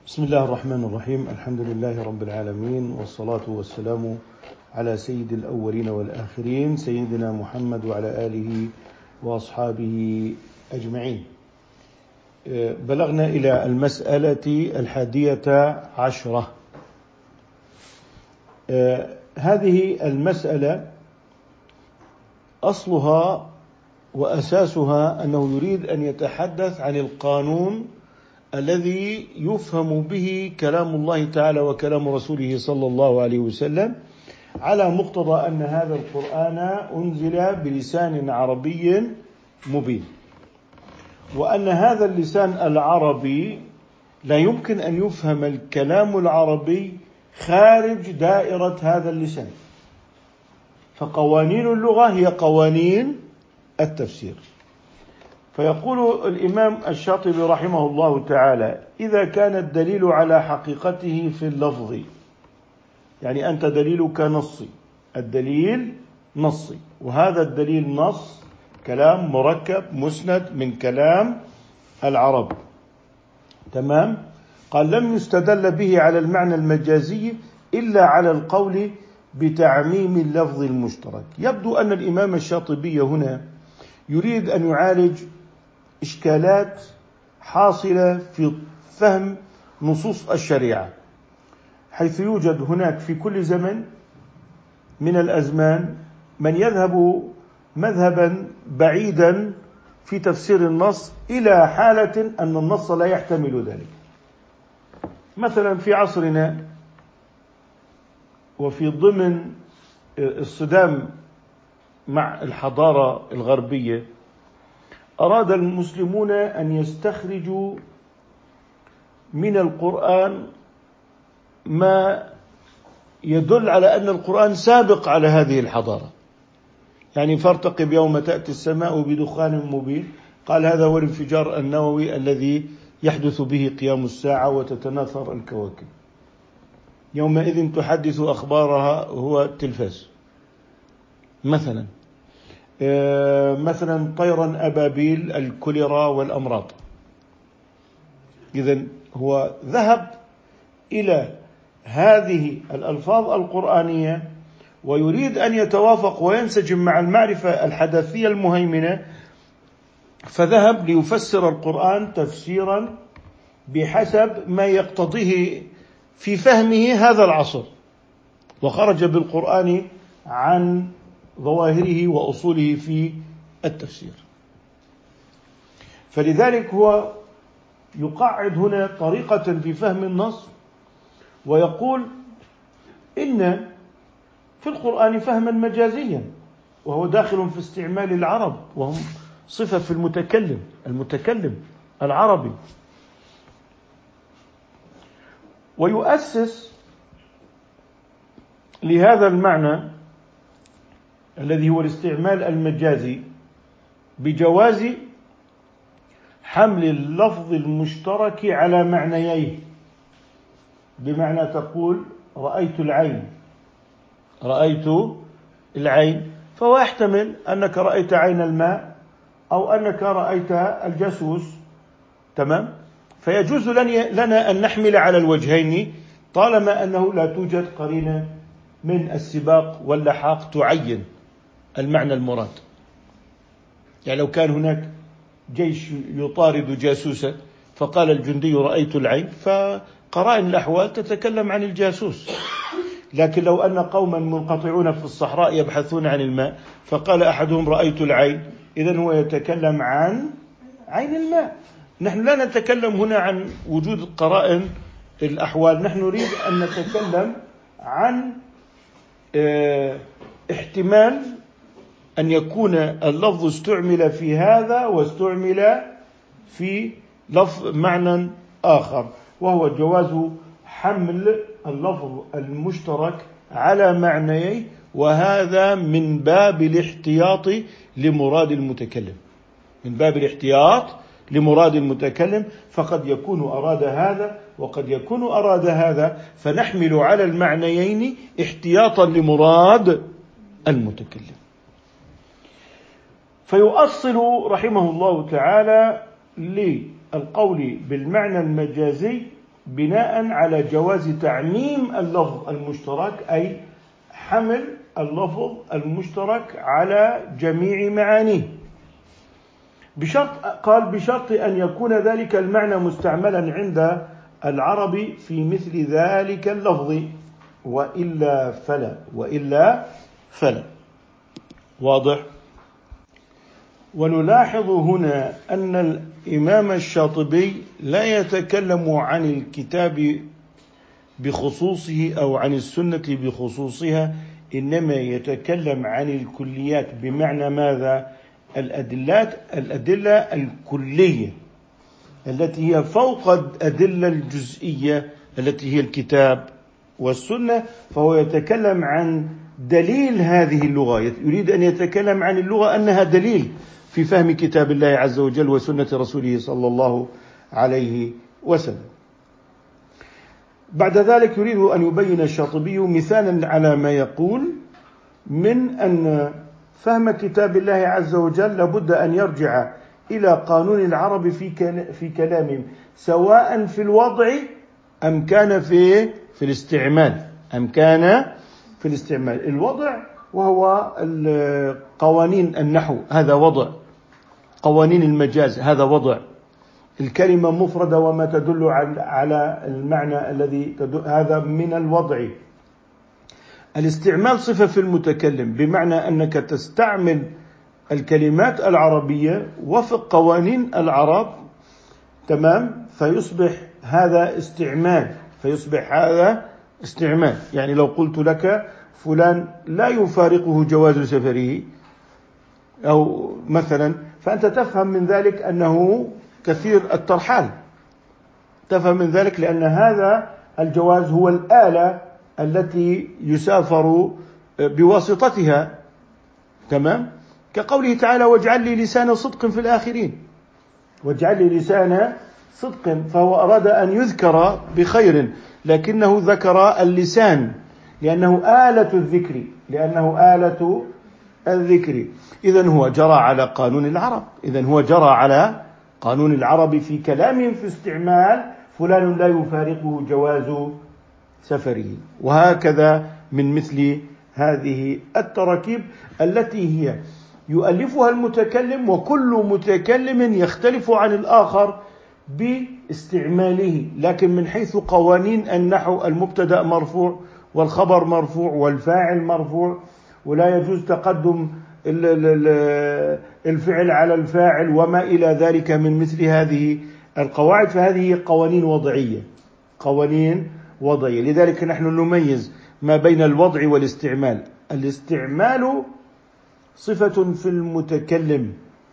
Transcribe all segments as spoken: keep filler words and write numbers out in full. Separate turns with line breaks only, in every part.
بسم الله الرحمن الرحيم. الحمد لله رب العالمين، والصلاة والسلام على سيد الأولين والآخرين سيدنا محمد وعلى آله وأصحابه أجمعين. بلغنا إلى المسألة الحادية عشرة. هذه المسألة أصلها وأساسها أنه يريد أن يتحدث عن القانون الذي يفهم به كلام الله تعالى وكلام رسوله صلى الله عليه وسلم، على مقتضى أن هذا القرآن أنزل بلسان عربي مبين، وأن هذا اللسان العربي لا يمكن أن يفهم الكلام العربي خارج دائرة هذا اللسان، فقوانين اللغة هي قوانين التفسير. فيقول الإمام الشاطبي رحمه الله تعالى: إذا كان الدليل على حقيقته في اللفظ، يعني أنت دليلك نصي، الدليل نصي، وهذا الدليل نص كلام مركب مسند من كلام العرب، تمام؟ قال: لم يستدل به على المعنى المجازي إلا على القول بتعميم اللفظ المشترك. يبدو أن الإمام الشاطبي هنا يريد أن يعالج إشكالات حاصلة في فهم نصوص الشريعة، حيث يوجد هناك في كل زمن من الأزمان من يذهب مذهبا بعيدا في تفسير النص إلى حالة أن النص لا يحتمل ذلك. مثلا في عصرنا وفي ضمن الصدام مع الحضارة الغربية، أراد المسلمون أن يستخرجوا من القرآن ما يدل على أن القرآن سابق على هذه الحضارة. يعني فارتقب يوم تأتي السماء بدخان مبين، قال هذا هو الانفجار النووي الذي يحدث به قيام الساعة وتتناثر الكواكب. يومئذ تحدث أخبارها هو التلفاز مثلا. مثلا طيرا أبابيل، الكوليرا والأمراض. إذن هو ذهب إلى هذه الألفاظ القرآنية ويريد أن يتوافق وينسجم مع المعرفة الحداثية المهيمنة، فذهب ليفسر القرآن تفسيرا بحسب ما يقتضيه في فهمه هذا العصر، وخرج بالقرآن عن ظواهره وأصوله في التفسير. فلذلك هو يقعد هنا طريقة في فهم النص، ويقول إن في القرآن فهما مجازيا، وهو داخل في استعمال العرب، وهم صفة في المتكلم المتكلم العربي. ويؤسس لهذا المعنى الذي هو الاستعمال المجازي بجواز حمل اللفظ المشترك على معنييه. بمعنى تقول رأيت العين، رأيت العين، فهو يحتمل أنك رأيت عين الماء أو أنك رأيت الجاسوس، تمام؟ فيجوز لنا أن نحمل على الوجهين طالما أنه لا توجد قرينة من السباق واللحاق تعين المعنى المراد. يعني لو كان هناك جيش يطارد جاسوسا فقال الجندي رأيت العين، فقرائن الأحوال تتكلم عن الجاسوس. لكن لو أن قوما منقطعون في الصحراء يبحثون عن الماء فقال أحدهم رأيت العين، إذن هو يتكلم عن عين الماء. نحن لا نتكلم هنا عن وجود قرائن الأحوال، نحن نريد أن نتكلم عن اه احتمال أن يكون اللفظ استعمل في هذا واستعمل في لفظ معنى آخر، وهو جواز حمل اللفظ المشترك على معنييه، وهذا من باب الاحتياط لمراد المتكلم، من باب الاحتياط لمراد المتكلم. فقد يكون أراد هذا وقد يكون أراد هذا، فنحمل على المعنيين احتياطا لمراد المتكلم. فيؤصل رحمه الله تعالى للقول بالمعنى المجازي بناء على جواز تعميم اللفظ المشترك، أي حمل اللفظ المشترك على جميع معانيه، بشرط قال بشرط أن يكون ذلك المعنى مستعملا عند العرب في مثل ذلك اللفظ، وإلا فلا وإلا فلا. واضح؟ ونلاحظ هنا أن الإمام الشاطبي لا يتكلم عن الكتاب بخصوصه أو عن السنة بخصوصها، إنما يتكلم عن الكليات، بمعنى ماذا؟ الأدلات الأدلة الكلية التي هي فوق الأدلة الجزئية التي هي الكتاب والسنة. فهو يتكلم عن دليل هذه اللغة، يريد أن يتكلم عن اللغة أنها دليل في فهم كتاب الله عز وجل وسنة رسوله صلى الله عليه وسلم. بعد ذلك يريد أن يبين الشاطبي مثالا على ما يقول من أن فهم كتاب الله عز وجل لابد أن يرجع إلى قانون العرب في في كلامهم، سواء في الوضع أم كان في في الاستعمال أم كان في الاستعمال. الوضع وهو قوانين النحو، هذا وضع. قوانين المجاز، هذا وضع. الكلمة مفردة وما تدل على المعنى الذي تدل، هذا من الوضع. الاستعمال صفة في المتكلم، بمعنى أنك تستعمل الكلمات العربية وفق قوانين العرب، تمام، فيصبح هذا استعمال فيصبح هذا استعمال. يعني لو قلت لك فلان لا يفارقه جواز سفره أو مثلا، فأنت تفهم من ذلك أنه كثير الترحال، تفهم من ذلك لأن هذا الجواز هو الآلة التي يسافر بواسطتها، تمام. كقوله تعالى واجعل لي لسان صدق في الآخرين، واجعل لي لسان صدق، فهو أراد أن يذكر بخير لكنه ذكر اللسان لأنه آلة الذكر، لأنه آلة الذكر. إذن هو جرى على قانون العرب، إذن هو جرى على قانون العرب في كلامهم في استعمال فلان لا يفارقه جواز سفره. وهكذا من مثل هذه التراكيب التي هي يؤلفها المتكلم، وكل متكلم يختلف عن الآخر باستعماله، لكن من حيث قوانين النحو المبتدأ مرفوع والخبر مرفوع والفاعل مرفوع، ولا يجوز تقدم الفعل على الفاعل وما إلى ذلك من مثل هذه القواعد. فهذه قوانين وضعية، قوانين وضعية. لذلك نحن نميز ما بين الوضع والاستعمال. الاستعمال صفة في المتكلم،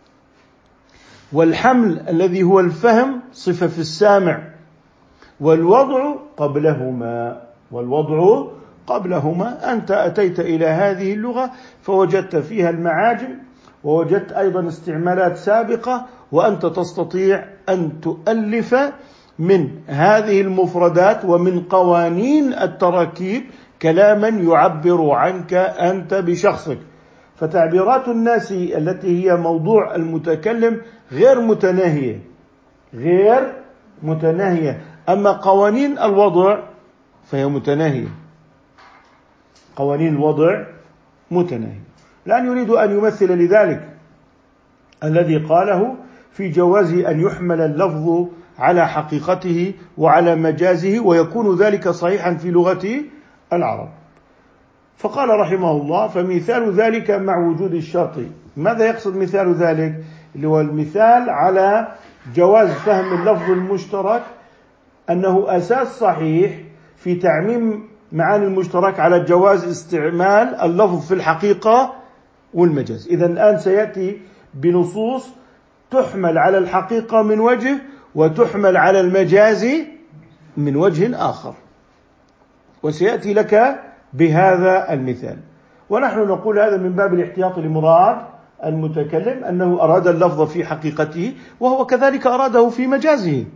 والحمل الذي هو الفهم صفة في السامع، والوضع قبلهما والوضع قبلهما. أنت أتيت إلى هذه اللغة فوجدت فيها المعاجم، ووجدت أيضا استعمالات سابقة، وأنت تستطيع أن تؤلف من هذه المفردات ومن قوانين التراكيب كلاما يعبر عنك أنت بشخصك. فتعبيرات الناس التي هي موضوع المتكلم غير متناهية غير متناهية أما قوانين الوضع فهي متناهية، قوانين الوضع متناهية. الآن يريد أن يمثل لذلك الذي قاله في جواز أن يحمل اللفظ على حقيقته وعلى مجازه ويكون ذلك صحيحا في لغة العرب. فقال رحمه الله فمثال ذلك مع وجود الشرط. ماذا يقصد مثال ذلك؟ اللي هو المثال على جواز فهم اللفظ المشترك أنه أساس صحيح في تعميم معاني المشترك على جواز استعمال اللفظ في الحقيقة والمجاز. إذن الآن سيأتي بنصوص تحمل على الحقيقة من وجه وتحمل على المجاز من وجه آخر، وسيأتي لك بهذا المثال. ونحن نقول هذا من باب الاحتياط لمراد المتكلم، أنه أراد اللفظ في حقيقته وهو كذلك أراده في مجازه.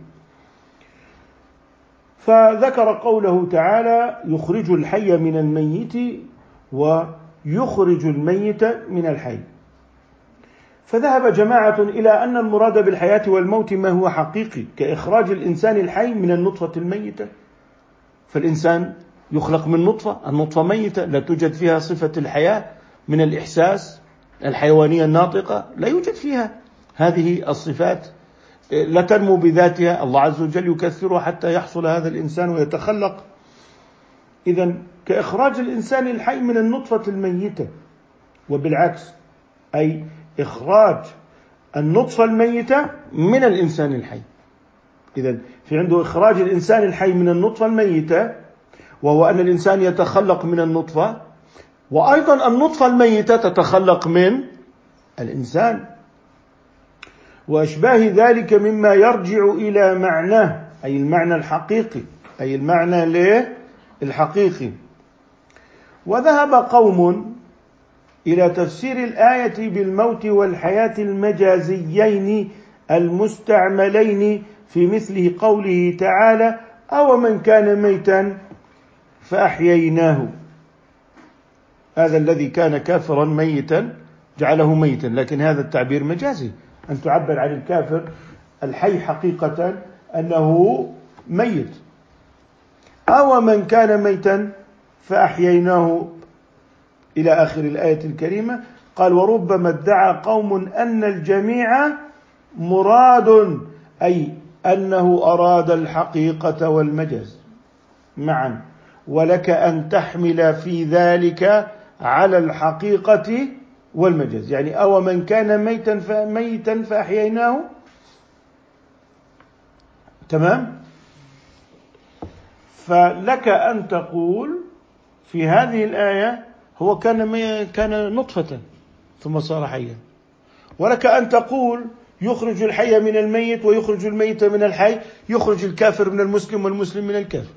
فذكر قوله تعالى يخرج الحي من الميت ويخرج الميت من الحي. فذهب جماعة إلى أن المراد بالحياة والموت ما هو حقيقي، كإخراج الإنسان الحي من النطفة الميتة. فالإنسان يخلق من نطفة، النطفة ميتة لا توجد فيها صفة الحياة من الإحساس الحيوانية الناطقة، لا يوجد فيها هذه الصفات، لا تنمو بذاتها، الله عز وجل يكثرها حتى يحصل هذا الإنسان ويتخلق. إذن كإخراج الإنسان الحي من النطفة الميتة، وبالعكس أي إخراج النطفة الميتة من الإنسان الحي. إذن في عنده إخراج الإنسان الحي من النطفة الميتة، وهو أن الإنسان يتخلق من النطفة، وأيضا النطفة الميتة تتخلق من الإنسان، وأشباه ذلك مما يرجع إلى معناه، أي المعنى الحقيقي، أي المعنى له الحقيقي. وذهب قوم إلى تفسير الآية بالموت والحياة المجازيين المستعملين في مثل قوله تعالى: أو من كان ميتا فأحييناه. هذا الذي كان كافرا ميتا جعله ميتا، لكن هذا التعبير مجازي، أن تعبر عن الكافر الحي حقيقة أنه ميت. أو من كان ميتا فأحييناه إلى آخر الآية الكريمة. قال: وربما ادعى قوم أن الجميع مراد، أي أنه أراد الحقيقة والمجاز معا، ولك أن تحمل في ذلك على الحقيقة والمجاز، يعني أو من كان ميتا فميتا فأحييناه. تمام؟ فلك أن تقول في هذه الآية هو كان كان نطفة ثم صار حيا، ولك أن تقول يخرج الحي من الميت ويخرج الميت من الحي، يخرج الكافر من المسلم والمسلم من الكافر.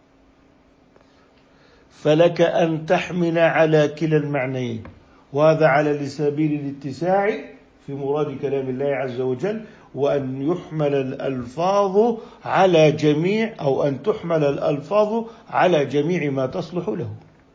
فلك أن تحمل على كلا المعنيين، وهذا على سبيل الاتساع في مراد كلام الله عز وجل، وأن يحمل الألفاظ على جميع أو أن تحمل الألفاظ على جميع ما تصلح له.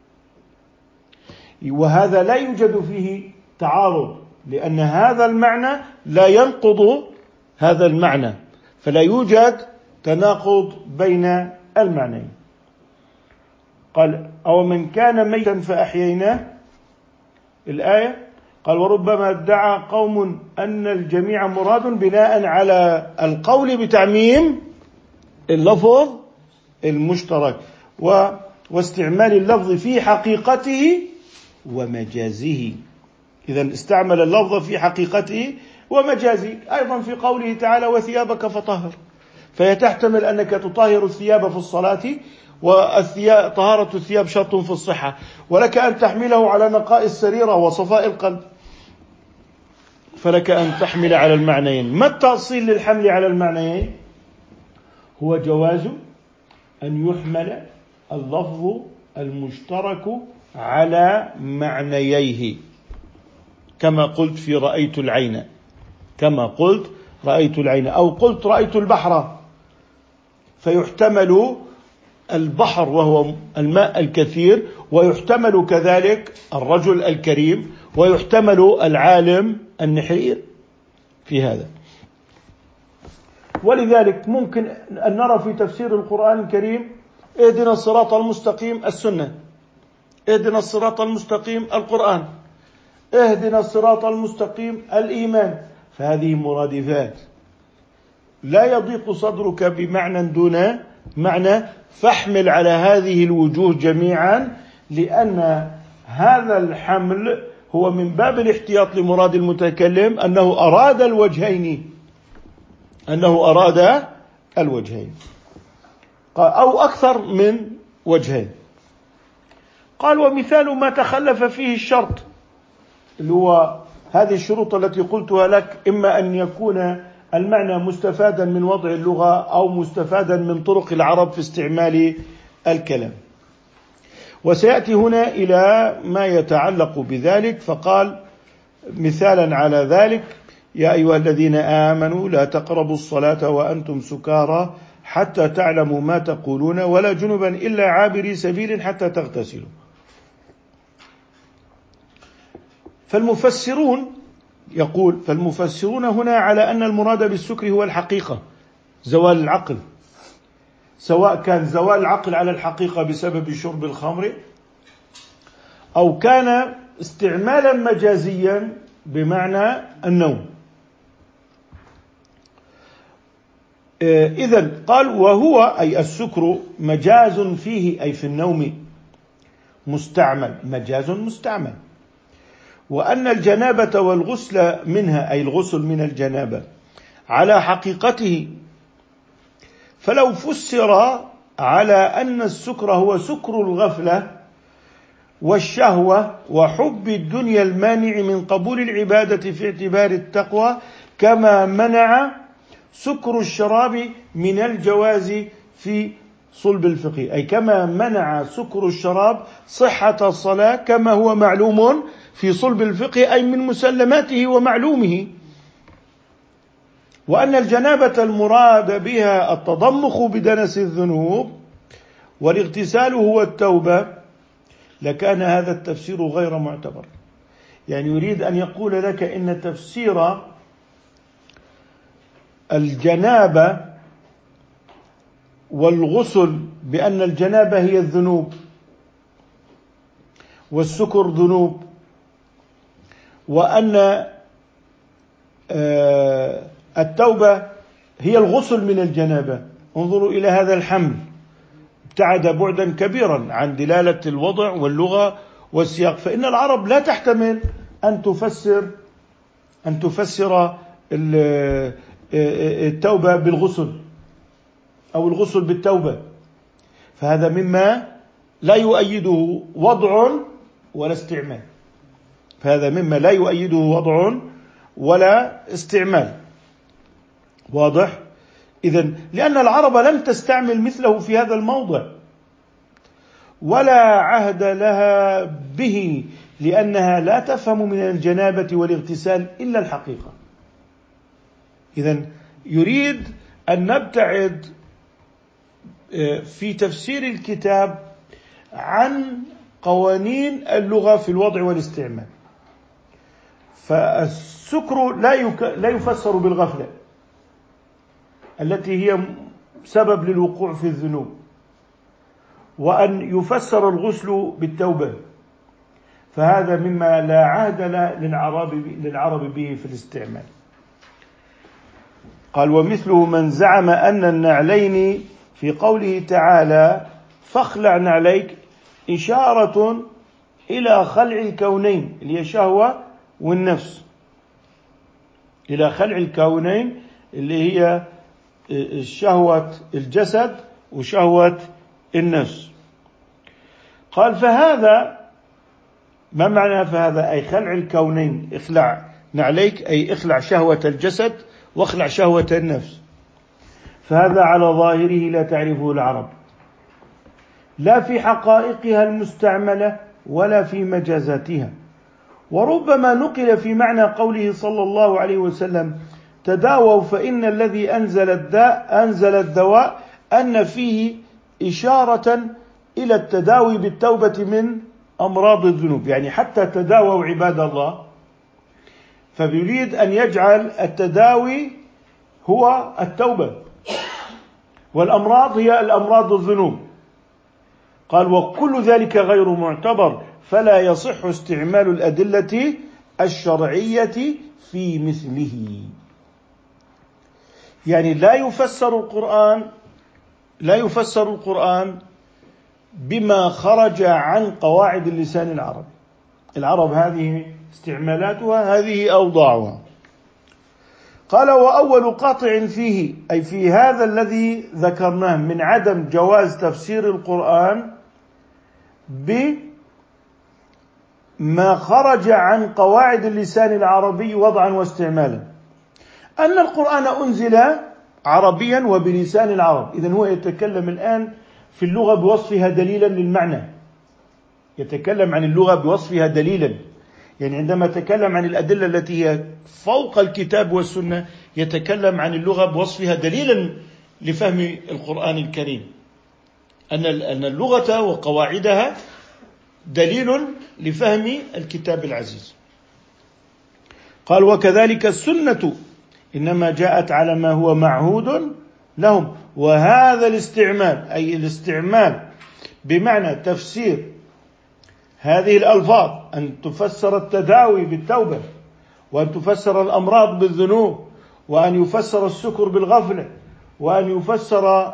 وهذا لا يوجد فيه تعارض، لأن هذا المعنى لا ينقض هذا المعنى، فلا يوجد تناقض بين المعنيين. قال: أو من كان ميتا فأحييناه، الآية قال: وربما ادعى قوم أن الجميع مراد بناء على القول بتعميم اللفظ المشترك و... واستعمال اللفظ في حقيقته ومجازه. إذن استعمل اللفظ في حقيقته ومجازه. أيضا في قوله تعالى: وثيابك فطهر، فهي تحتمل أنك تطهر الثياب في الصلاة، وطهارة الثياب شرط في الصحة، ولك أن تحمله على نقاء السريرة وصفاء القلب، فلك أن تحمل على المعنيين. ما التأصيل للحمل على المعنيين؟ هو جواز أن يحمل اللفظ المشترك على معنييه، كما قلت في رأيت العين، كما قلت رأيت العين، أو قلت رأيت البحر، فيحتمل البحر وهو الماء الكثير، ويحتمل كذلك الرجل الكريم، ويحتمل العالم النحير في هذا. ولذلك ممكن أن نرى في تفسير القرآن الكريم: اهدنا الصراط المستقيم السنة، اهدنا الصراط المستقيم القرآن، اهدنا الصراط المستقيم الإيمان. فهذه مرادفات، لا يضيق صدرك بمعنى دون معنى، فاحمل على هذه الوجوه جميعا، لأن هذا الحمل هو من باب الاحتياط لمراد المتكلم، أنه أراد الوجهين، أنه أراد الوجهين أو أكثر من وجهين. قال: ومثال ما تخلف فيه الشرط، اللي هو هذه الشروط التي قلتها لك، إما أن يكون المعنى مستفادا من وضع اللغة أو مستفادا من طرق العرب في استعمال الكلام. وسيأتي هنا إلى ما يتعلق بذلك، فقال مثالا على ذلك: يا أيها الذين آمنوا لا تقربوا الصلاة وأنتم سكارى حتى تعلموا ما تقولون ولا جنبا إلا عابري سبيل حتى تغتسلوا. فالمفسرون يقول: فالمفسرون هنا على أن المراد بالسكر هو الحقيقة، زوال العقل، سواء كان زوال العقل على الحقيقة بسبب شرب الخمر أو كان استعمالا مجازيا بمعنى النوم. إذن قال: وهو أي السكر مجاز فيه، أي في النوم مستعمل، مجاز مستعمل. وأن الجنابة والغسل منها، أي الغسل من الجنابة، على حقيقته، فلو فسر على أن السكر هو سكر الغفلة والشهوة وحب الدنيا المانع من قبول العبادة في اعتبار التقوى، كما منع سكر الشراب من الجواز في صلب الفقه، أي كما منع سكر الشراب صحة الصلاة كما هو معلوم في صلب الفقه، أي من مسلماته ومعلومه. وأن الجنابة المراد بها التضمخ بدنس الذنوب والاغتسال هو التوبة، لكان هذا التفسير غير معتبر. يعني يريد أن يقول لك إن تفسير الجنابة والغسل بأن الجنابة هي الذنوب والسكر ذنوب، وأن التوبة هي الغسل من الجنابة. انظروا إلى هذا الحمل، ابتعد بعدا كبيرا عن دلالة الوضع واللغة والسياق. فإن العرب لا تحتمل أن تفسر أن تفسر التوبة بالغسل أو الغسل بالتوبة، فهذا مما لا يؤيده وضع ولا استعمال، فهذا مما لا يؤيده وضع ولا استعمال. واضح؟ إذن لأن العرب لم تستعمل مثله في هذا الموضع ولا عهد لها به، لأنها لا تفهم من الجنابة والاغتسال إلا الحقيقة. إذن يريد أن نبتعد في تفسير الكتاب عن قوانين اللغة في الوضع والاستعمال. فالسكر لا لا يفسر بالغفلة التي هي سبب للوقوع في الذنوب، وأن يفسر الغسل بالتوبة، فهذا مما لا عهد للعرب للعرب به في الاستعمال. قال: ومثله من زعم أن النعلين في قوله تعالى فاخلع نعليك إشارة إلى خلع الكونين اللي هي شهوة والنفس، إلى خلع الكونين اللي هي شهوة الجسد وشهوة النفس. قال: فهذا ما معنى فهذا؟ أي خلع الكونين، اخلع نعليك أي اخلع شهوة الجسد واخلع شهوة النفس. فهذا على ظاهره لا تعرفه العرب، لا في حقائقها المستعملة ولا في مجازاتها. وربما نقل في معنى قوله صلى الله عليه وسلم تداووا فإن الذي أنزل الداء أنزل الدواء، أن فيه إشارة إلى التداوي بالتوبة من أمراض الذنوب، يعني حتى تداووا عباد الله. فيريد أن يجعل التداوي هو التوبة، والأمراض هي الأمراض الذنوب. قال: وكل ذلك غير معتبر، فلا يصح استعمال الأدلة الشرعية في مثله. يعني لا يفسر القرآن لا يفسر القرآن بما خرج عن قواعد اللسان العربي. العرب هذه استعمالاتها، هذه أوضاعها. قال: وأول قاطع فيه، أي في هذا الذي ذكرناه من عدم جواز تفسير القرآن بما خرج عن قواعد اللسان العربي وضعا واستعمالا، أن القرآن أنزل عربيا وبلسان العرب. إذن هو يتكلم الآن في اللغة بوصفها دليلا للمعنى، يتكلم عن اللغة بوصفها دليلا. يعني عندما يتكلم عن الأدلة التي هي فوق الكتاب والسنة، يتكلم عن اللغة بوصفها دليلا لفهم القرآن الكريم، أن أن اللغة وقواعدها دليل لفهم الكتاب العزيز. قال وكذلك السنة إنما جاءت على ما هو معهود لهم. وهذا الاستعمال أي الاستعمال بمعنى تفسير هذه الألفاظ، أن تفسر التداوي بالتوبة، وأن تفسر الأمراض بالذنوب، وأن يفسر السكر بالغفلة، وأن يفسر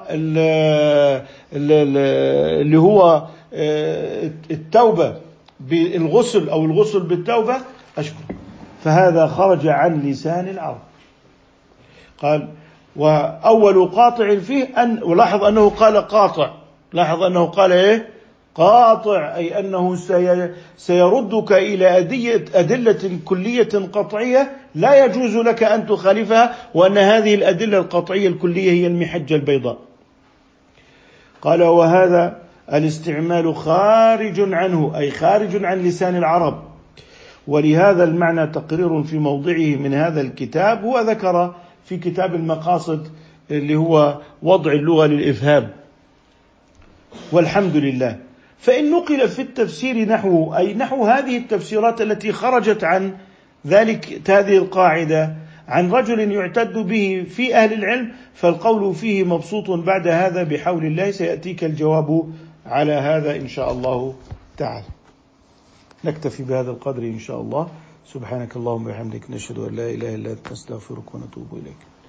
اللي هو التوبة بالغسل أو الغسل بالتوبة أشكر، فهذا خرج عن لسان العرب. قال وأول قاطع فيه أن، ولاحظ أنه قال قاطع، لاحظ أنه قال إيه قاطع، أي أنه سيردك إلى أدلة كلية قطعية لا يجوز لك أن تخالفها، وأن هذه الأدلة القطعية الكلية هي المحجة البيضاء. قال وهذا الاستعمال خارج عنه، أي خارج عن لسان العرب، ولهذا المعنى تقرير في موضعه من هذا الكتاب، هو ذكر في كتاب المقاصد اللي هو وضع اللغة للإفهام. والحمد لله. فإن نقل في التفسير نحو، أي نحو هذه التفسيرات التي خرجت عن ذلك هذه القاعدة عن رجل يعتد به في أهل العلم، فالقول فيه مبسوط بعد هذا بحول الله، سيأتيك الجواب على هذا إن شاء الله تعالى. نكتفي بهذا القدر إن شاء الله. سبحانك اللهم وبحمدك، نشهد أن لا إله إلا أنت، نستغفرك ونتوب إليك.